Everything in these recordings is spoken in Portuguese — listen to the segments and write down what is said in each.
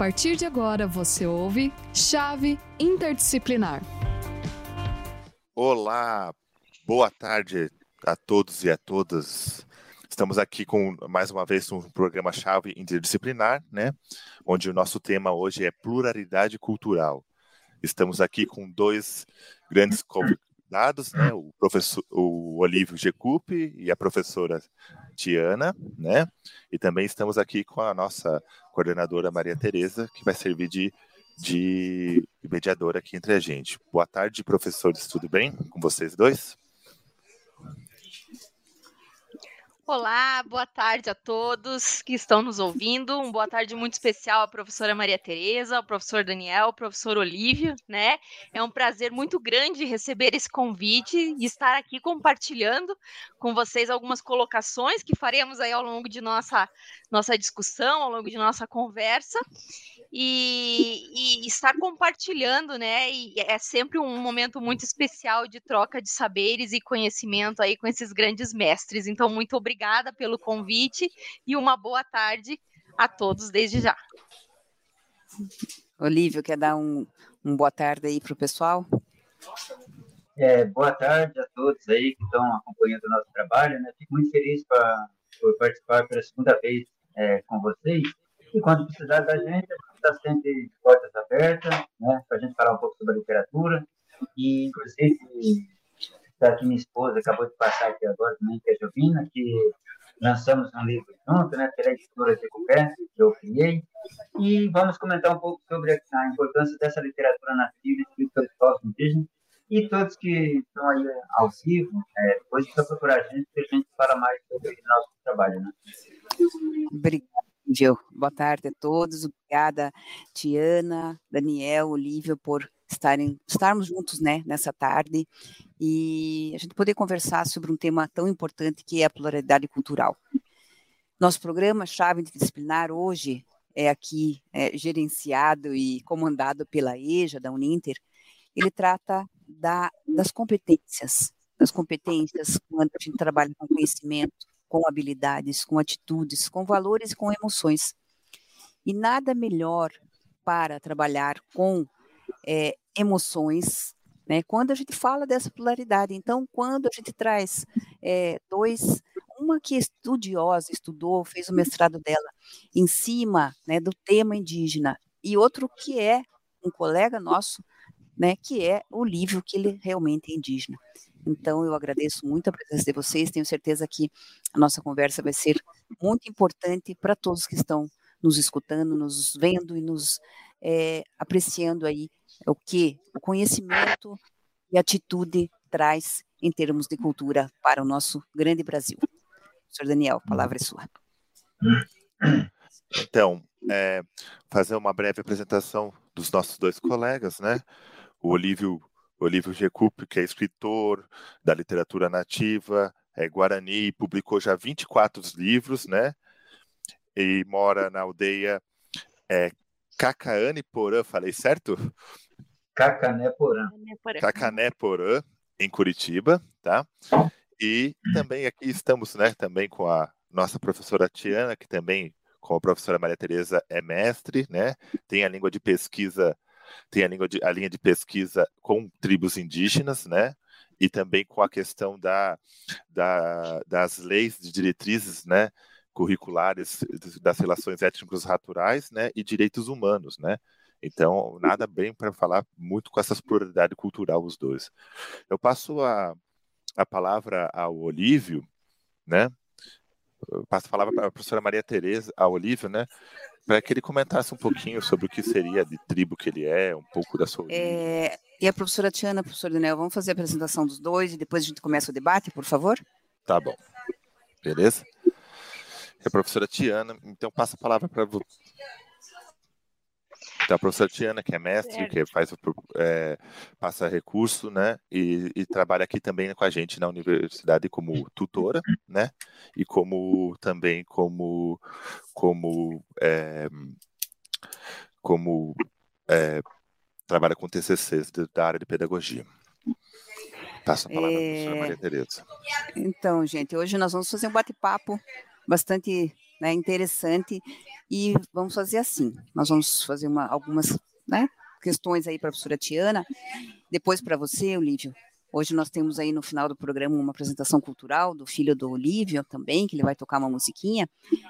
partir de agora você ouve Chave Interdisciplinar. Olá, boa tarde a todos e a todas. Estamos aqui com, mais uma vez, um programa Chave Interdisciplinar, né? Onde o nosso tema hoje é pluralidade cultural. Estamos aqui com dois grandes convidados, né? O Olívio Gecup e a professora Tiana, né? E também estamos aqui com a nossa coordenadora Maria Tereza, que vai servir de mediadora aqui entre a gente. Boa tarde, professores, tudo bem com vocês dois? Olá, boa tarde a todos que estão nos ouvindo. Uma boa tarde muito especial à professora Maria Tereza, ao professor Daniel, ao professor Olívio, né? É um prazer muito grande receber esse convite e estar aqui compartilhando com vocês algumas colocações que faremos aí ao longo de nossa discussão, ao longo de nossa conversa. E estar compartilhando, né? E é sempre um momento muito especial de troca de saberes e conhecimento aí com esses grandes mestres. Então, muito obrigada pelo convite e uma boa tarde a todos desde já. Olívio, quer dar um boa tarde aí para o pessoal? Boa tarde a todos aí que estão acompanhando o nosso trabalho, né? Fico muito feliz por participar pela segunda vez com vocês. E quando precisar da gente, a gente está sempre de portas abertas, né, para a gente falar um pouco sobre a literatura. E, inclusive, está aqui minha esposa, acabou de passar aqui agora também, que é a Jovina, que lançamos um livro junto, né, pela editora de Coupé, que eu criei. E vamos comentar um pouco sobre a importância dessa literatura nativa escrita pelos povos indígenas. E todos que estão aí ao vivo, depois é só procurar a gente, que a gente fala mais sobre o nosso trabalho, né? Obrigada, Olívio. Boa tarde a todos. Obrigada, Tiana, Daniel, Olívio, por estarmos juntos, né, nessa tarde e a gente poder conversar sobre um tema tão importante que é a pluralidade cultural. Nosso programa Chave Interdisciplinar hoje é aqui gerenciado e comandado pela EJA, da Uninter. Ele trata das competências quando a gente trabalha com conhecimento, com habilidades, com atitudes, com valores e com emoções. E nada melhor para trabalhar com emoções, né, quando a gente fala dessa pluralidade. Então, quando a gente traz uma que é estudiosa, estudou, fez o mestrado dela em cima, né, do tema indígena, e outro que é um colega nosso, né, que é o Olívio, que ele realmente é indígena. Então, eu agradeço muito a presença de vocês, tenho certeza que a nossa conversa vai ser muito importante para todos que estão nos escutando, nos vendo e nos apreciando aí o que o conhecimento e atitude traz em termos de cultura para o nosso grande Brasil. Professor Daniel, a palavra é sua. Então, fazer uma breve apresentação dos nossos dois colegas, né? O Olívio Gecup, que é escritor da literatura nativa, Guarani, publicou já 24 livros, né? E mora na aldeia Cacaneporã, falei certo? Cacaneporã, em Curitiba, tá? E também aqui estamos, né, também com a nossa professora Tiana, que também, como a professora Maria Tereza, é mestre, né? Tem a linha de pesquisa com tribos indígenas, né? E também com a questão das leis de diretrizes, né, curriculares das relações étnicos-raciais, né, e direitos humanos, né? Então, nada bem para falar muito com essa pluralidade cultural, os dois. Eu passo a palavra ao Olívio, né? Eu passo a palavra para a professora Maria Tereza, ao Olívio, né? Para que ele comentasse um pouquinho sobre o que seria de tribo que ele é, um pouco da sua origem. E a professora Tiana, professor Daniel, vamos fazer a apresentação dos dois e depois a gente começa o debate, por favor? Tá bom. Beleza? A professora Tiana, então passa a palavra para você. Então, a professora Tiana, que é mestre, que passa recurso, né, e trabalha aqui também com a gente na universidade como tutora, né, e também como trabalha com TCCs da área de pedagogia. Passo a palavra para a professora Maria Tereza. Então, gente, hoje nós vamos fazer um bate-papo bastante, né, interessante, e vamos fazer assim, nós vamos fazer algumas, né, questões aí para a professora Tiana, depois para você, Olívio. Hoje nós temos aí no final do programa uma apresentação cultural do filho do Olívio também, que ele vai tocar uma musiquinha.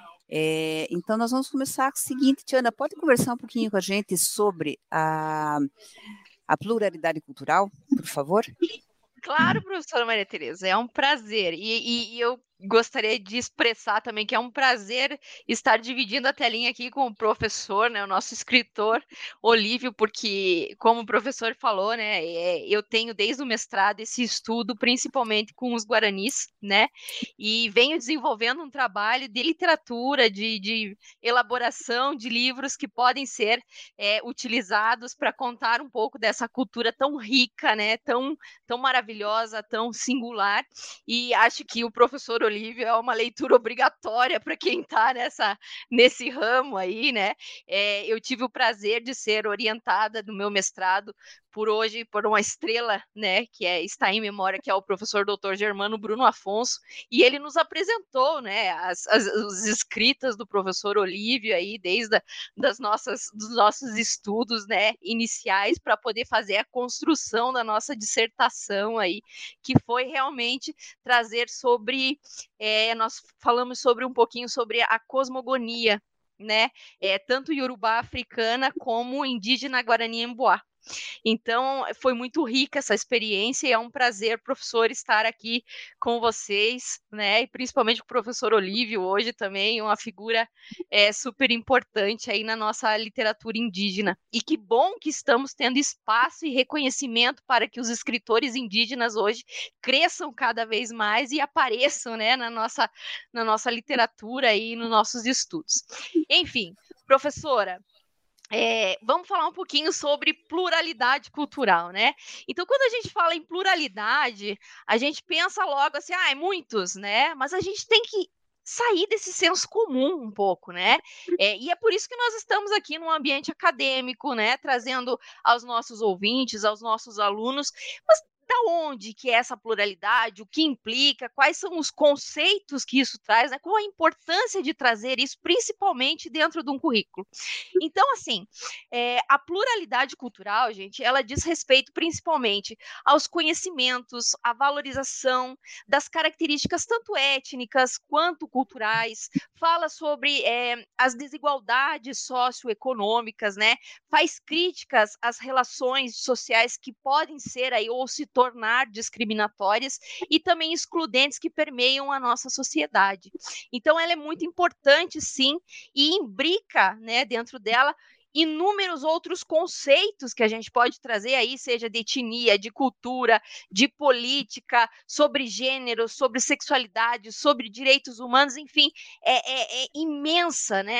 Então nós vamos começar com o seguinte, Tiana, pode conversar um pouquinho com a gente sobre a pluralidade cultural, por favor? Claro, professora Maria Tereza, é um prazer. E eu gostaria de expressar também que é um prazer estar dividindo a telinha aqui com o professor, né, o nosso escritor Olívio, porque, como o professor falou, né, eu tenho desde o mestrado esse estudo, principalmente com os guaranis, né, e venho desenvolvendo um trabalho de literatura, de elaboração de livros que podem ser utilizados para contar um pouco dessa cultura tão rica, né, tão maravilhosa, tão singular, e acho que o professor Olívio é uma leitura obrigatória para quem está nesse ramo aí, né? Eu tive o prazer de ser orientada no meu mestrado por uma estrela, né, que está em memória, que é o professor Dr. Germano Bruno Afonso, e ele nos apresentou, né, as escritas do professor Olívio aí, desde dos nossos estudos, né, iniciais, para poder fazer a construção da nossa dissertação aí, que foi realmente trazer sobre, nós falamos um pouquinho sobre a cosmogonia, né, tanto iorubá africana como indígena Guarani-Emboá. Então, foi muito rica essa experiência e é um prazer, professor, estar aqui com vocês, né? E principalmente com o professor Olívio, hoje também, uma figura super importante aí na nossa literatura indígena. E que bom que estamos tendo espaço e reconhecimento para que os escritores indígenas hoje cresçam cada vez mais e apareçam, né, na nossa literatura e nos nossos estudos. Enfim, professora, vamos falar um pouquinho sobre pluralidade cultural, né? Então, quando a gente fala em pluralidade, a gente pensa logo assim, muitos, né? Mas a gente tem que sair desse senso comum um pouco, né? E é por isso que nós estamos aqui num ambiente acadêmico, né? Trazendo aos nossos ouvintes, aos nossos alunos, mas da onde que é essa pluralidade, o que implica, quais são os conceitos que isso traz, né? Qual a importância de trazer isso, principalmente dentro de um currículo. Então, assim, a pluralidade cultural, gente, ela diz respeito principalmente aos conhecimentos, à valorização das características tanto étnicas quanto culturais, fala sobre as desigualdades socioeconômicas, né? Faz críticas às relações sociais que podem ser aí ou se tornar discriminatórias e também excludentes que permeiam a nossa sociedade. Então, ela é muito importante, sim, e imbrica, né, dentro dela inúmeros outros conceitos que a gente pode trazer aí, seja de etnia, de cultura, de política, sobre gênero, sobre sexualidade, sobre direitos humanos, enfim, é imensa, né,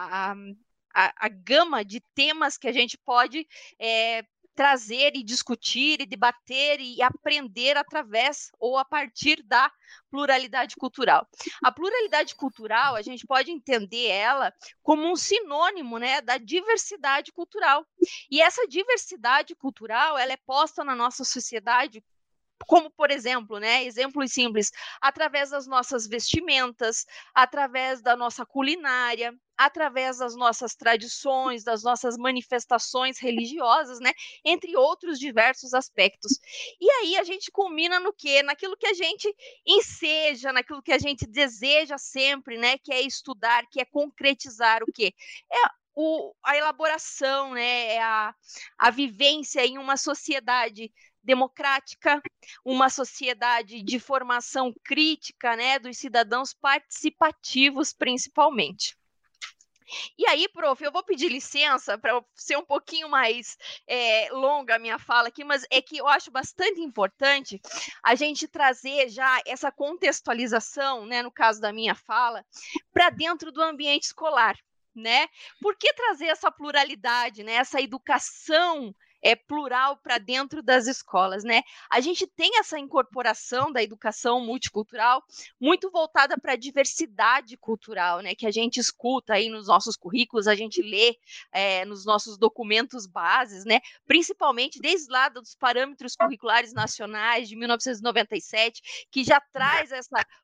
a gama de temas que a gente pode trazer e discutir e debater e aprender através ou a partir da pluralidade cultural. A pluralidade cultural, a gente pode entender ela como um sinônimo, né, da diversidade cultural. E essa diversidade cultural, ela é posta na nossa sociedade como, por exemplo, né, exemplos simples, através das nossas vestimentas, através da nossa culinária, através das nossas tradições, das nossas manifestações religiosas, né, entre outros diversos aspectos. E aí a gente culmina no quê? Naquilo que a gente enseja, naquilo que a gente deseja sempre, né, que é estudar, que é concretizar o quê? A elaboração, né, a vivência em uma sociedade democrática, uma sociedade de formação crítica, né, dos cidadãos participativos, principalmente. E aí, prof, eu vou pedir licença para ser um pouquinho mais longa a minha fala aqui, mas é que eu acho bastante importante a gente trazer já essa contextualização, né, no caso da minha fala, para dentro do ambiente escolar, né? Por que trazer essa pluralidade, né, essa educação plural para dentro das escolas, né? A gente tem essa incorporação da educação multicultural muito voltada para a diversidade cultural, né? Que a gente escuta aí nos nossos currículos, a gente lê nos nossos documentos bases, né? Principalmente desde lá dos parâmetros curriculares nacionais de 1997, que já traz essa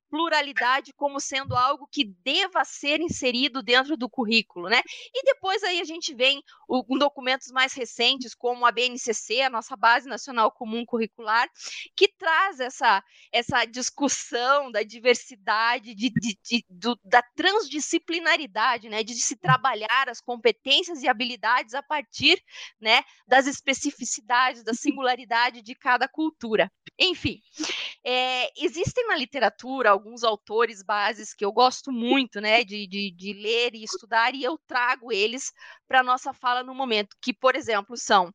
pluralidade como sendo algo que deva ser inserido dentro do currículo, né? E depois aí a gente vem com documentos mais recentes, como a BNCC, a nossa Base Nacional Comum Curricular, que traz essa discussão da diversidade, da transdisciplinaridade, né? De se trabalhar as competências e habilidades a partir, né, das especificidades, da singularidade de cada cultura. Enfim, existem na literatura alguns autores bases que eu gosto muito, né, de ler e estudar, e eu trago eles para a nossa fala no momento, que, por exemplo, são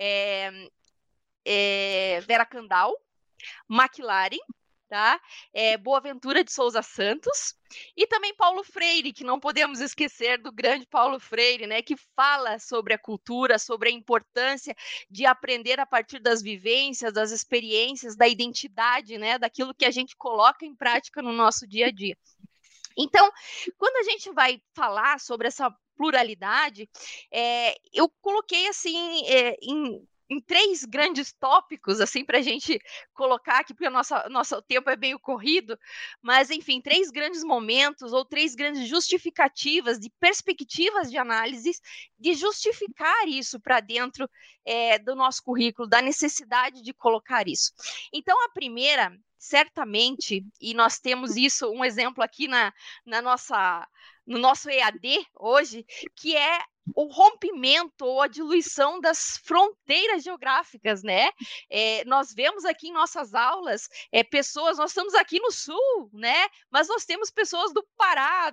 Vera Kandal, McLaren, tá? Boaventura de Souza Santos, e também Paulo Freire, que não podemos esquecer do grande Paulo Freire, né, que fala sobre a cultura, sobre a importância de aprender a partir das vivências, das experiências, da identidade, né, daquilo que a gente coloca em prática no nosso dia a dia. Então, quando a gente vai falar sobre essa pluralidade, eu coloquei assim em 3 grandes tópicos, assim, para a gente colocar aqui, porque o nosso tempo é meio corrido, mas, enfim, 3 grandes momentos ou 3 grandes justificativas de perspectivas de análise de justificar isso para dentro do nosso currículo, da necessidade de colocar isso. Então, a primeira, certamente, e nós temos isso, um exemplo aqui no nosso EAD hoje, que é o rompimento ou a diluição das fronteiras geográficas, né? Nós vemos aqui em nossas aulas pessoas, nós estamos aqui no sul, né? Mas nós temos pessoas do Pará,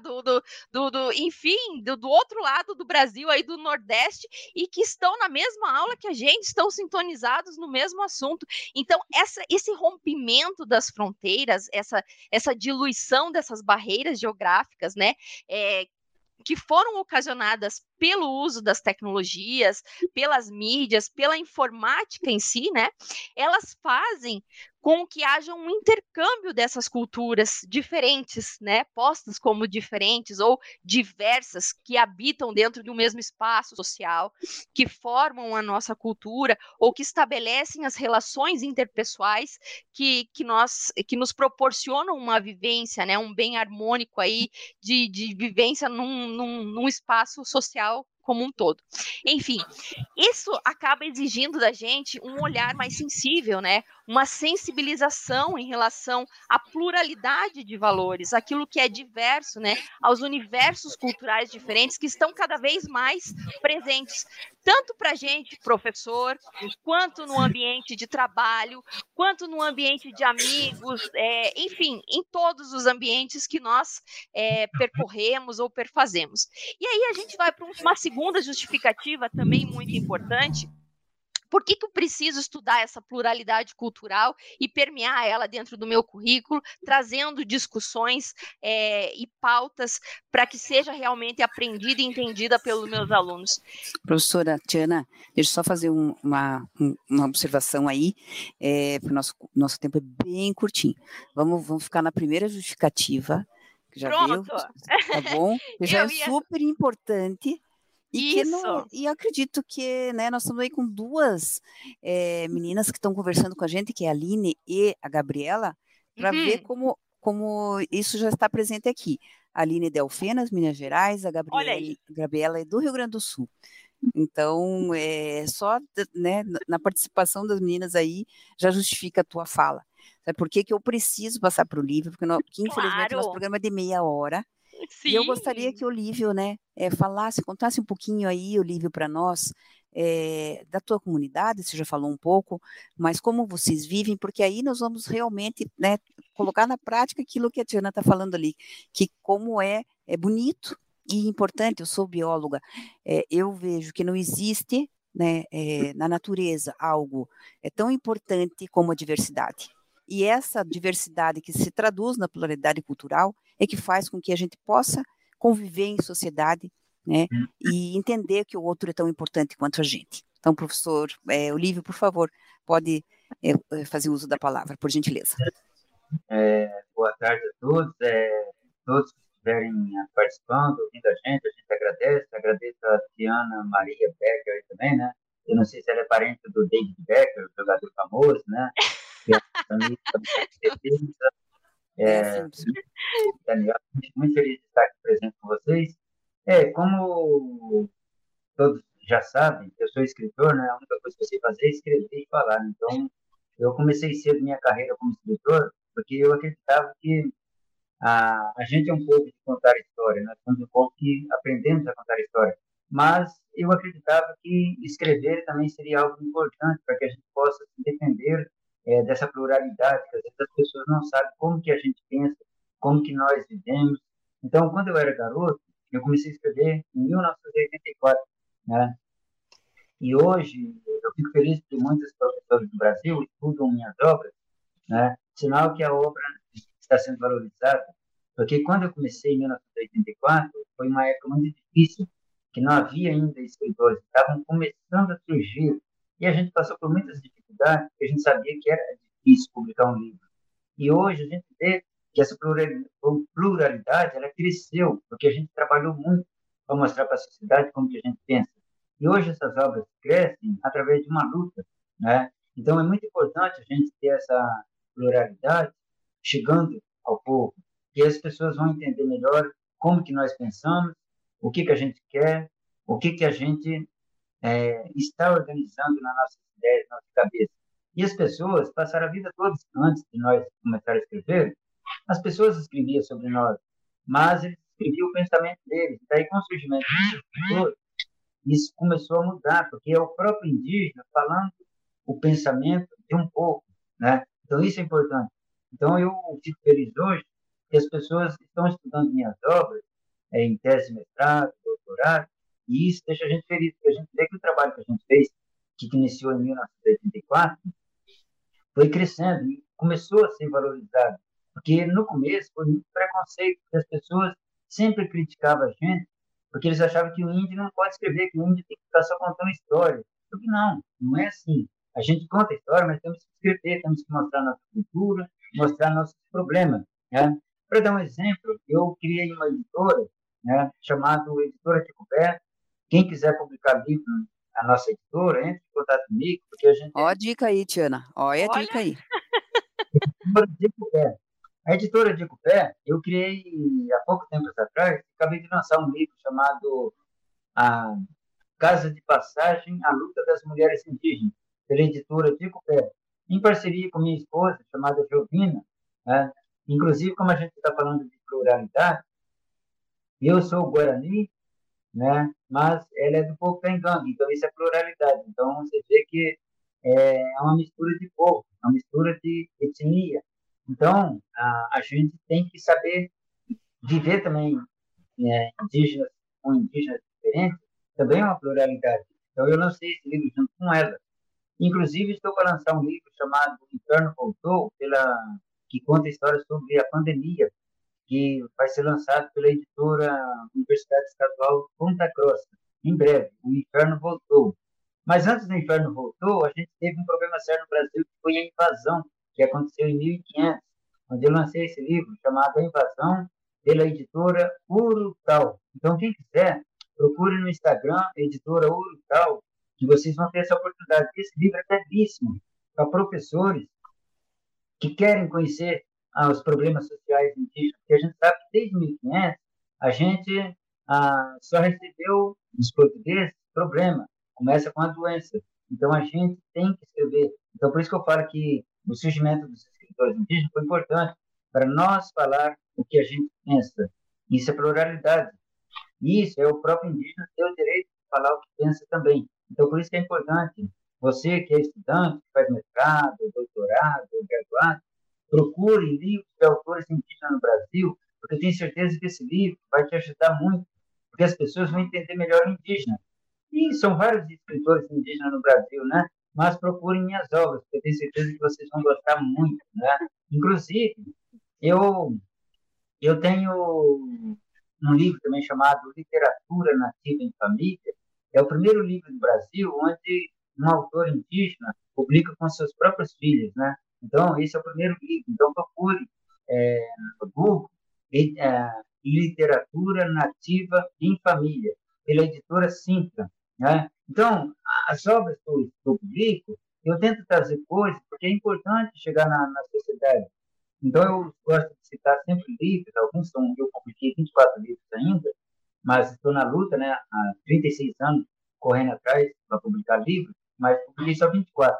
enfim, do outro lado do Brasil, aí do Nordeste, e que estão na mesma aula que a gente, estão sintonizados no mesmo assunto. Então, esse rompimento das fronteiras, essa diluição dessas barreiras geográficas, né? Que foram ocasionadas pelo uso das tecnologias, pelas mídias, pela informática em si, né? Elas fazem com que haja um intercâmbio dessas culturas diferentes, né? Postas como diferentes ou diversas, que habitam dentro de um mesmo espaço social, que formam a nossa cultura ou que estabelecem as relações interpessoais que nos proporcionam uma vivência, né? Um bem harmônico aí de vivência num espaço social como um todo. Enfim, isso acaba exigindo da gente um olhar mais sensível, né? Uma sensibilização em relação à pluralidade de valores, aquilo que é diverso, né? Aos universos culturais diferentes que estão cada vez mais presentes, tanto para a gente, professor, quanto no ambiente de trabalho, quanto no ambiente de amigos, enfim, em todos os ambientes que nós percorremos ou perfazemos. E aí a gente vai para uma segunda justificativa também muito importante. Por que eu preciso estudar essa pluralidade cultural e permear ela dentro do meu currículo, trazendo discussões e pautas para que seja realmente aprendida e entendida pelos meus alunos? Professora Tiana, deixa eu só fazer uma observação aí, porque o nosso tempo é bem curtinho. Vamos ficar na primeira justificativa, que já Pronto. veio, tá bom? Que já super importante. E acredito que, né, nós estamos aí com 2 meninas que estão conversando com a gente, que é a Aline e a Gabriela, para ver como isso já está presente aqui. A Aline é de Alfenas, Minas Gerais, a Gabriela é do Rio Grande do Sul. Então, só, né, na participação das meninas aí, já justifica a tua fala. Sabe por que eu preciso passar para o livro? Porque infelizmente, o nosso programa é de meia hora. Sim. E eu gostaria que o Olívio, né, contasse um pouquinho aí, Olívio, para nós, da tua comunidade, você já falou um pouco, mas como vocês vivem, porque aí nós vamos realmente, né, colocar na prática aquilo que a Tiana está falando ali, que como é bonito e importante. Eu sou bióloga, eu vejo que não existe, né, na natureza algo tão importante como a diversidade. E essa diversidade que se traduz na pluralidade cultural é que faz com que a gente possa conviver em sociedade, né, e entender que o outro é tão importante quanto a gente. Então, professor Olívio, por favor, pode fazer uso da palavra, por gentileza. Boa tarde a todos. Todos que estiverem participando, ouvindo a gente agradece. Agradeço a Tiana Maria Becker também, né? Eu não sei se ela é parente do David Becker, jogador famoso, né? Sim. Daniel, muito feliz de estar aqui presente com vocês. Como todos já sabem, eu sou escritor, né? A única coisa que eu sei fazer é escrever e falar. Então, eu comecei cedo minha carreira como escritor, porque eu acreditava que a gente é um povo de contar história, nós somos um povo que aprendemos a contar história. Mas eu acreditava que escrever também seria algo importante para que a gente possa se defender dessa pluralidade, que às vezes as pessoas não sabem como que a gente pensa, como que nós vivemos. Então, quando eu era garoto, eu comecei a escrever em 1984, né? E hoje eu fico feliz porque muitos professores do Brasil estudam minhas obras, né? Sinal que a obra está sendo valorizada, porque quando eu comecei em 1984, foi uma época muito difícil, que não havia ainda escritores, estavam começando a surgir, e a gente passou por muitas dificuldades, porque a gente sabia que era difícil publicar um livro. E hoje a gente vê que essa pluralidade ela cresceu, porque a gente trabalhou muito para mostrar para a sociedade como que a gente pensa. E hoje essas obras crescem através de uma luta, né? Então é muito importante a gente ter essa pluralidade chegando ao povo, que as pessoas vão entender melhor como que nós pensamos, o que a gente quer, o que a gente está organizando nas nossas ideias, na nossa cabeça. E as pessoas passaram a vida toda, antes de nós começar a escrever, as pessoas escreviam sobre nós, mas eles escreviam o pensamento deles. Daí, com o surgimento do escritor, isso começou a mudar, porque é o próprio indígena falando o pensamento de um povo, né? Então, isso é importante. Então, eu fico feliz hoje que as pessoas estão estudando minhas obras em tese de mestrado, doutorado, e isso deixa a gente feliz, porque a gente vê que o trabalho que a gente fez, que iniciou em 1984, foi crescendo e começou a ser valorizado. Porque no começo foi muito preconceito, porque as pessoas sempre criticavam a gente, porque eles achavam que o índio não pode escrever, que o índio tem que ficar só contando história. Eu digo, não é assim. A gente conta história, mas temos que escrever, temos que mostrar nossa cultura, mostrar nossos problemas, né? Para dar um exemplo, eu criei uma editora, né, chamada Editora Ticupé. Quem quiser publicar livro na nossa editora, entre em contato comigo, porque a gente... Ó a dica aí, Tiana. Olha a dica aí. A Editora Ticupé, eu criei há pouco tempo atrás, acabei de lançar um livro chamado A Casa de Passagem, a Luta das Mulheres Indígenas, pela Editora Ticupé, em parceria com minha esposa, chamada Jovina, né? Inclusive, como a gente está falando de pluralidade, eu sou guarani, né? Mas ela é do povo Pengang, então isso é pluralidade. Então você vê que é uma mistura de povo, uma mistura de etnia. Então a gente tem que saber viver também, né, indígenas com indígenas diferentes, também é uma pluralidade. Então eu lancei esse livro junto com ela. Inclusive estou para lançar um livro chamado O Inferno Voltou, que conta histórias sobre a pandemia, que vai ser lançado pela editora Universidade Estadual Ponta Grossa. Em breve, O Inferno Voltou. Mas antes do Inferno Voltou, a gente teve um problema sério no Brasil, que foi a invasão, que aconteceu em 1500, onde eu lancei esse livro chamado A Invasão, pela editora Urutau. Então, quem quiser, procure no Instagram, editora Urutau, que vocês vão ter essa oportunidade. Esse livro é belíssimo para professores que querem conhecer os problemas sociais indígenas, porque a gente sabe que desde 1500 a gente só recebeu dos portugueses problema, começa com a doença. Então a gente tem que escrever. Então por isso que eu falo que o surgimento dos escritores indígenas foi importante para nós falar o que a gente pensa. Isso é pluralidade. Isso é o próprio indígena ter o direito de falar o que pensa também. Então por isso que é importante você que é estudante, que faz mestrado, doutorado, graduado, procure livros de autores indígenas no Brasil, porque eu tenho certeza que esse livro vai te ajudar muito, porque as pessoas vão entender melhor o indígena. E são vários escritores indígenas no Brasil, né? Mas procurem minhas obras, porque eu tenho certeza que vocês vão gostar muito, né? Inclusive, eu tenho um livro também chamado Literatura Nativa em Família. É o primeiro livro do Brasil onde um autor indígena publica com seus próprios filhos, né? Então, esse é o primeiro livro. Então, procure no Google Literatura Nativa em Família, pela editora Sintra, né? Então, as obras que eu publico, eu tento trazer coisas, porque é importante chegar na sociedade. Então, eu gosto de citar sempre livros, alguns são, eu publiquei 24 livros ainda, mas estou na luta, né, há 36 anos, correndo atrás para publicar livros, mas publiquei só 24,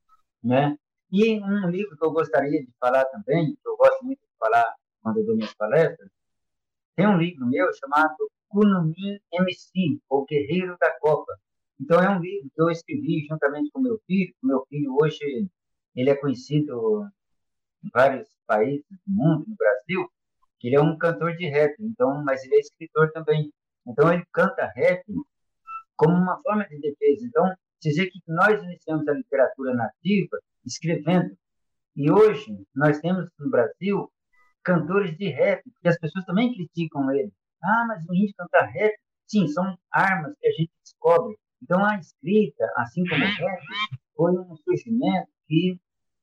né? E um livro que eu gostaria de falar também, que eu gosto muito de falar quando eu dou minhas palestras, tem um livro meu chamado Kunmin MC, ou Guerreiro da Copa. Então, é um livro que eu escrevi juntamente com meu filho. Meu filho hoje, ele é conhecido em vários países do mundo, no Brasil, que ele é um cantor de rap, então, mas ele é escritor também. Então, ele canta rap como uma forma de defesa. Então, dizer que nós iniciamos a literatura nativa escrevendo, e hoje nós temos no Brasil cantores de rap, porque as pessoas também criticam ele. Ah, mas o índio canta rap? Sim, são armas que a gente descobre. Então, a escrita, assim como o rap, foi um surgimento que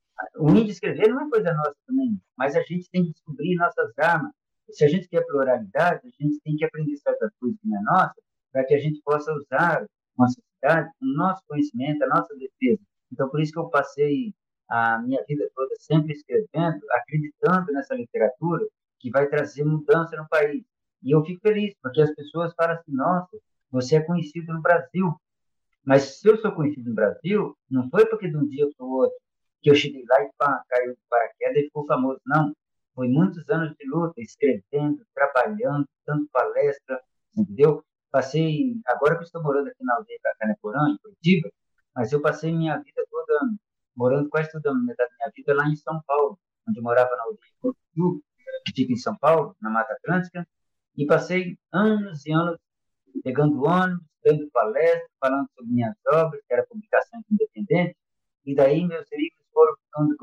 o índio escrever não é coisa nossa também, mas a gente tem que descobrir nossas armas. Se a gente quer pluralidade, a gente tem que aprender certas coisas que não é nossa, para que a gente possa usar uma sociedade, o nosso conhecimento, a nossa defesa. Então, por isso que eu passei a minha vida toda sempre escrevendo, acreditando nessa literatura que vai trazer mudança no país. E eu fico feliz, porque as pessoas falam assim, nossa, você é conhecido no Brasil. Mas se eu sou conhecido no Brasil, não foi porque de um dia para o outro que eu cheguei lá e pá, caiu de paraquedas e ficou famoso. Não. Foi muitos anos de luta, escrevendo, trabalhando, dando palestra, entendeu? Passei, agora que eu estou morando aqui na aldeia Cacaneporã, em Curitiba, mas eu passei minha vida toda, morando quase toda a metade da minha vida lá em São Paulo, onde eu morava na aldeia Curitiba, que fica em São Paulo, na Mata Atlântica, e passei anos e anos pegando ônibus, dando palestras, falando sobre minhas obras, que era publicação independente, e daí meus livros foram ficando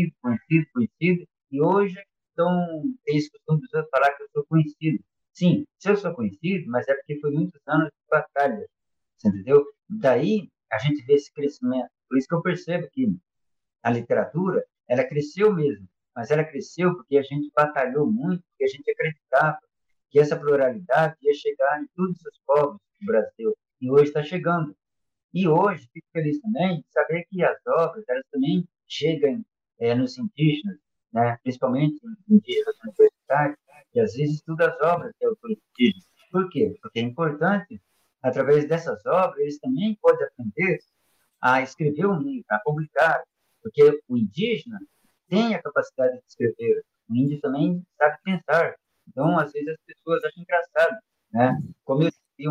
conhecidos, e hoje então, tem esse costume de pessoas falar que eu sou conhecido. Sim, se eu sou conhecido, mas é porque foi muitos anos de batalha, você entendeu? Daí a gente vê esse crescimento. Por isso que eu percebo que a literatura, ela cresceu mesmo, mas ela cresceu porque a gente batalhou muito, porque a gente acreditava que essa pluralidade ia chegar em todos os povos do Brasil, e hoje está chegando. E hoje, fico feliz também de saber que as obras, elas também chegam nos indígenas, né? Principalmente indígenas universitários, que às vezes estudam as obras de autores indígenas. Por quê? Porque é importante, através dessas obras, eles também podem aprender a escrever um livro, a publicar, porque o indígena tem a capacidade de escrever, o índio também sabe pensar. Então, às vezes, as pessoas acham engraçado, né? Como eu escrevi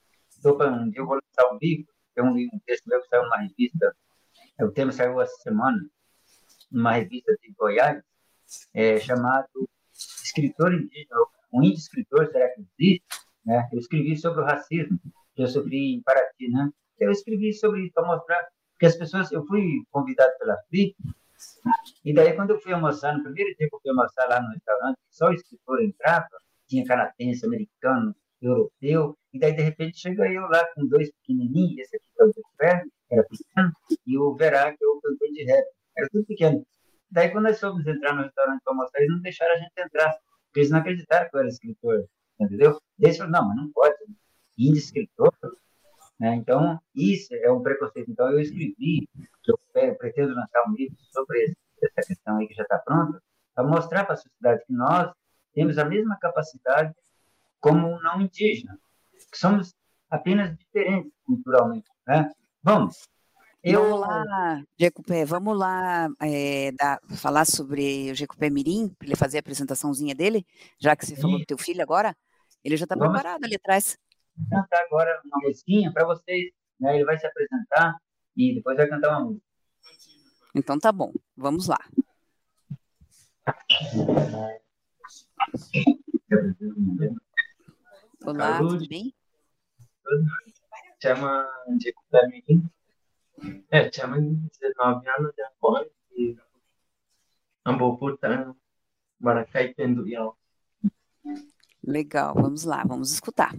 um dia eu vou lançar um livro, tem um texto meu que saiu numa revista, o tema saiu essa semana, numa revista de Goiás, chamado Escritor Indígena, um índio escritor, será que existe? Né? Eu escrevi sobre o racismo que eu sofri em Paraty, né? Eu escrevi sobre isso para mostrar que as pessoas, eu fui convidado pela FLIP, e daí quando eu fui almoçar, no primeiro dia que eu fui almoçar lá no restaurante, só o escritor entrava, tinha canadense, americano, europeu, e daí de repente chega eu lá com dois pequenininhos, esse aqui que é o José, era pequeno, e o Verá, que é o cantor de rap, era tudo pequeno. Daí quando nós fomos entrar no restaurante para almoçar, eles não deixaram a gente entrar, porque eles não acreditaram que eu era escritor, entendeu? Daí eles falaram, não, mas não pode, índio escritor, né? Então, isso é um preconceito. Então, eu escrevi, que eu pretendo lançar um livro sobre essa questão aí que já está pronta, para mostrar para a sociedade que nós temos a mesma capacidade como um não indígena, que somos apenas diferentes culturalmente, né? Vamos. Vamos lá, Jecupé, vamos lá falar sobre o Jecupé Mirim, para ele fazer a apresentaçãozinha dele, já que você falou do teu filho agora. Ele já está preparado ali atrás. Cantar agora uma musiquinha para vocês, né? Ele vai se apresentar e depois vai cantar uma música. Então tá bom, vamos lá. Olá, tudo bem? Chama Jecupé Mirim. Chama 19 anos de agora e ambou portando Maracai Penduial. Legal, vamos lá, vamos escutar.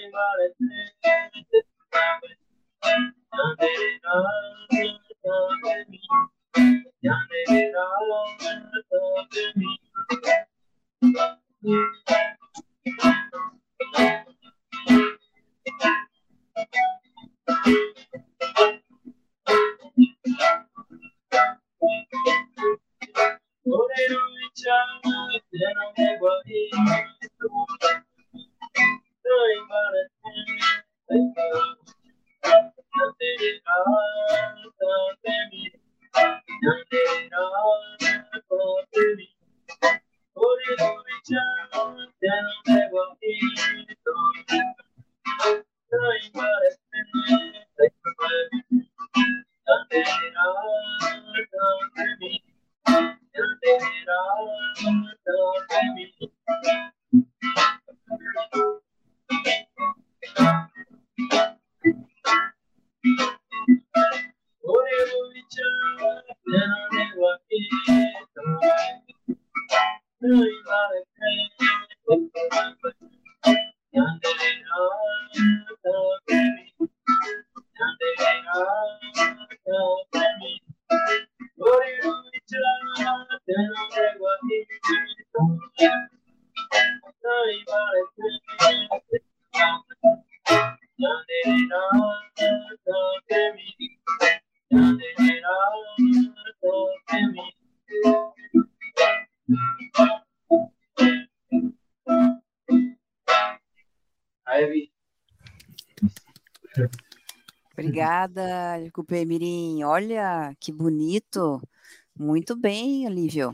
Obrigada, Cupê Mirim. Olha, que bonito. Muito bem, Olívio.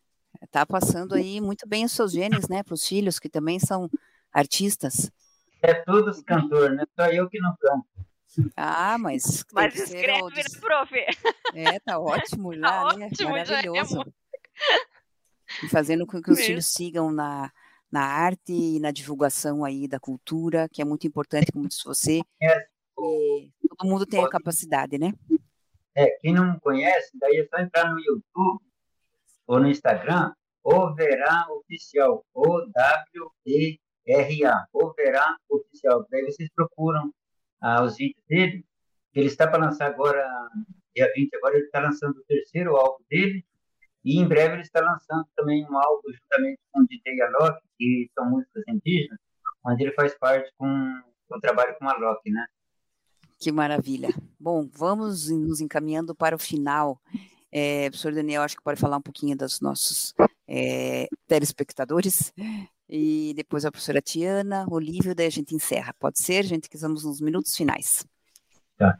Tá passando aí muito bem os seus genes, né, para os filhos, que também são artistas. É todos cantores, né? Só eu que não canto. Ah, mas tem que ser escreve, né, prof? tá ótimo já, Tá né? ótimo, Maravilhoso. já é E fazendo com que os Mesmo. filhos sigam na arte e na divulgação aí da cultura, que é muito importante, como disse você. E todo mundo tem a capacidade, né? Quem não conhece, daí é só entrar no YouTube ou no Instagram, Overá Oficial, O-W-E-R-A, Overá Oficial. Daí vocês procuram os vídeos dele. Ele está para lançar agora, dia 20, agora ele está lançando o terceiro álbum dele, e em breve ele está lançando também um álbum juntamente com o DJ Alok, que são músicas indígenas, onde ele faz parte com o trabalho com a Alok, né? Que maravilha. Bom, vamos nos encaminhando para o final. Professor Daniel, acho que pode falar um pouquinho dos nossos telespectadores, e depois a professora Tiana, Olívio, daí a gente encerra. Pode ser, gente, que estamos nos minutos finais. Tá.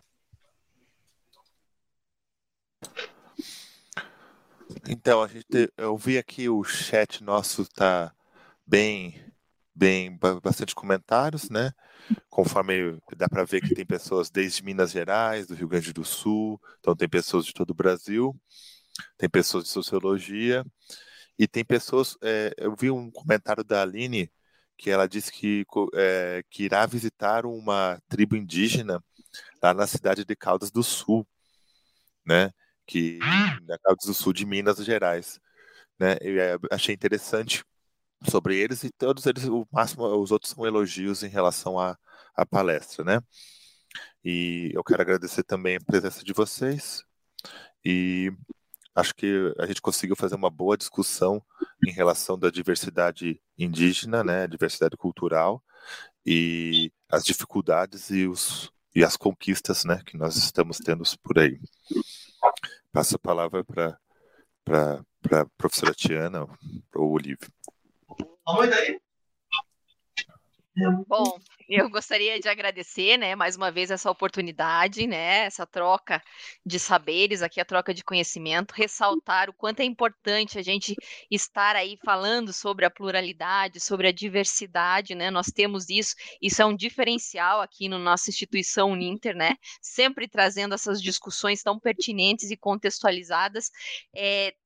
Então, eu vi aqui o chat nosso tá bastante comentários, né? Conforme dá para ver que tem pessoas desde Minas Gerais, do Rio Grande do Sul, então tem pessoas de todo o Brasil, tem pessoas de sociologia, e tem pessoas, eu vi um comentário da Aline, que ela disse que irá visitar uma tribo indígena lá na cidade de Caldas do Sul, né? Na Caldas do Sul de Minas Gerais, né? Eu achei interessante sobre eles, e todos eles, o máximo, os outros são elogios em relação à palestra, né? E eu quero agradecer também a presença de vocês, e acho que a gente conseguiu fazer uma boa discussão em relação da diversidade indígena, né? Diversidade cultural, e as dificuldades e as conquistas, né, que nós estamos tendo por aí. Passo a palavra para a professora Tiana ou Olívio. Bom, eu gostaria de agradecer, né, mais uma vez essa oportunidade, né, essa troca de saberes aqui, a troca de conhecimento, ressaltar o quanto é importante a gente estar aí falando sobre a pluralidade, sobre a diversidade, né, nós temos isso é um diferencial aqui na nossa instituição Uninter, né, sempre trazendo essas discussões tão pertinentes e contextualizadas,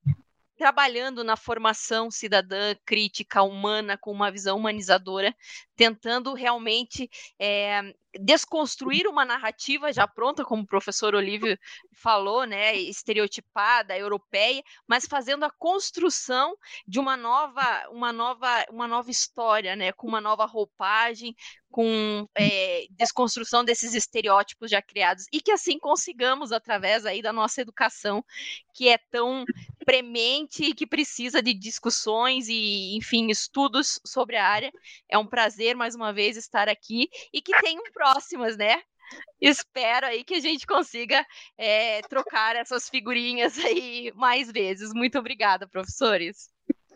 trabalhando na formação cidadã, crítica, humana, com uma visão humanizadora tentando realmente desconstruir uma narrativa já pronta, como o professor Olívio falou, né, estereotipada, europeia, mas fazendo a construção de uma nova história, né, com uma nova roupagem, com desconstrução desses estereótipos já criados, e que assim consigamos, através aí da nossa educação, que é tão premente e que precisa de discussões e, enfim, estudos sobre a área. É um prazer, mais uma vez, estar aqui e que tenham próximas, né? Espero aí que a gente consiga trocar essas figurinhas aí mais vezes. Muito obrigada, professores.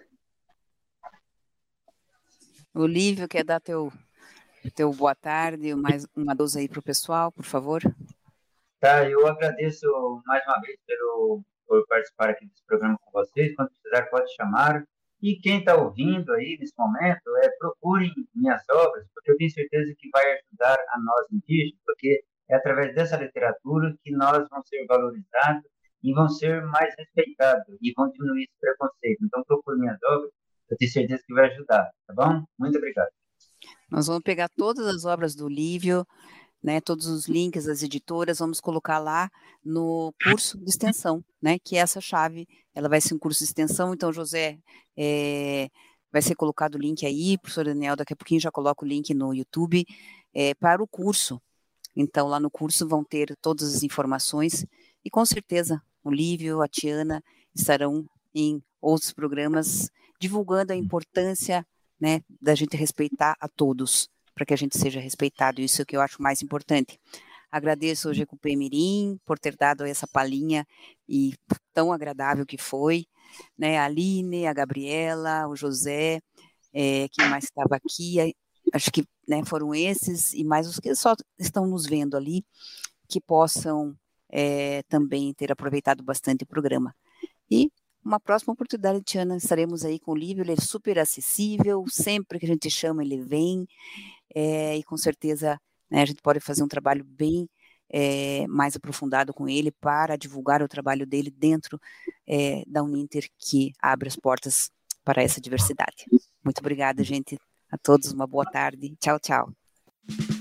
Olívio, quer dar teu boa tarde, mais uma dose aí para o pessoal, por favor? Tá, eu agradeço mais uma vez por participar aqui desse programa com vocês. Quando precisar, pode chamar. E quem está ouvindo aí nesse momento, procurem minhas obras, porque eu tenho certeza que vai ajudar a nós indígenas, porque é através dessa literatura que nós vamos ser valorizados e vão ser mais respeitados e vão diminuir esse preconceito. Então, procure minhas obras, eu tenho certeza que vai ajudar, tá bom? Muito obrigado. Nós vamos pegar todas as obras do Olívio, né, todos os links das editoras, vamos colocar lá no curso de extensão, né, que é essa chave, ela vai ser um curso de extensão, então, José, vai ser colocado o link aí, professor Daniel, daqui a pouquinho já coloca o link no YouTube, para o curso. Então, lá no curso vão ter todas as informações, e com certeza, o Olívio, a Tiana, estarão em outros programas, divulgando a importância, né, da gente respeitar a todos, para que a gente seja respeitado, isso é o que eu acho mais importante. Agradeço ao GQP Mirim por ter dado essa palhinha e tão agradável que foi, né, a Aline, a Gabriela, o José, quem mais estava aqui, acho que, né, foram esses, e mais os que só estão nos vendo ali, que possam também ter aproveitado bastante o programa. E uma próxima oportunidade, Tiana, estaremos aí com o Olívio, ele é super acessível, sempre que a gente chama ele vem, e com certeza, né, a gente pode fazer um trabalho bem mais aprofundado com ele para divulgar o trabalho dele dentro da Uninter, que abre as portas para essa diversidade. Muito obrigada, gente, a todos, uma boa tarde, tchau, tchau.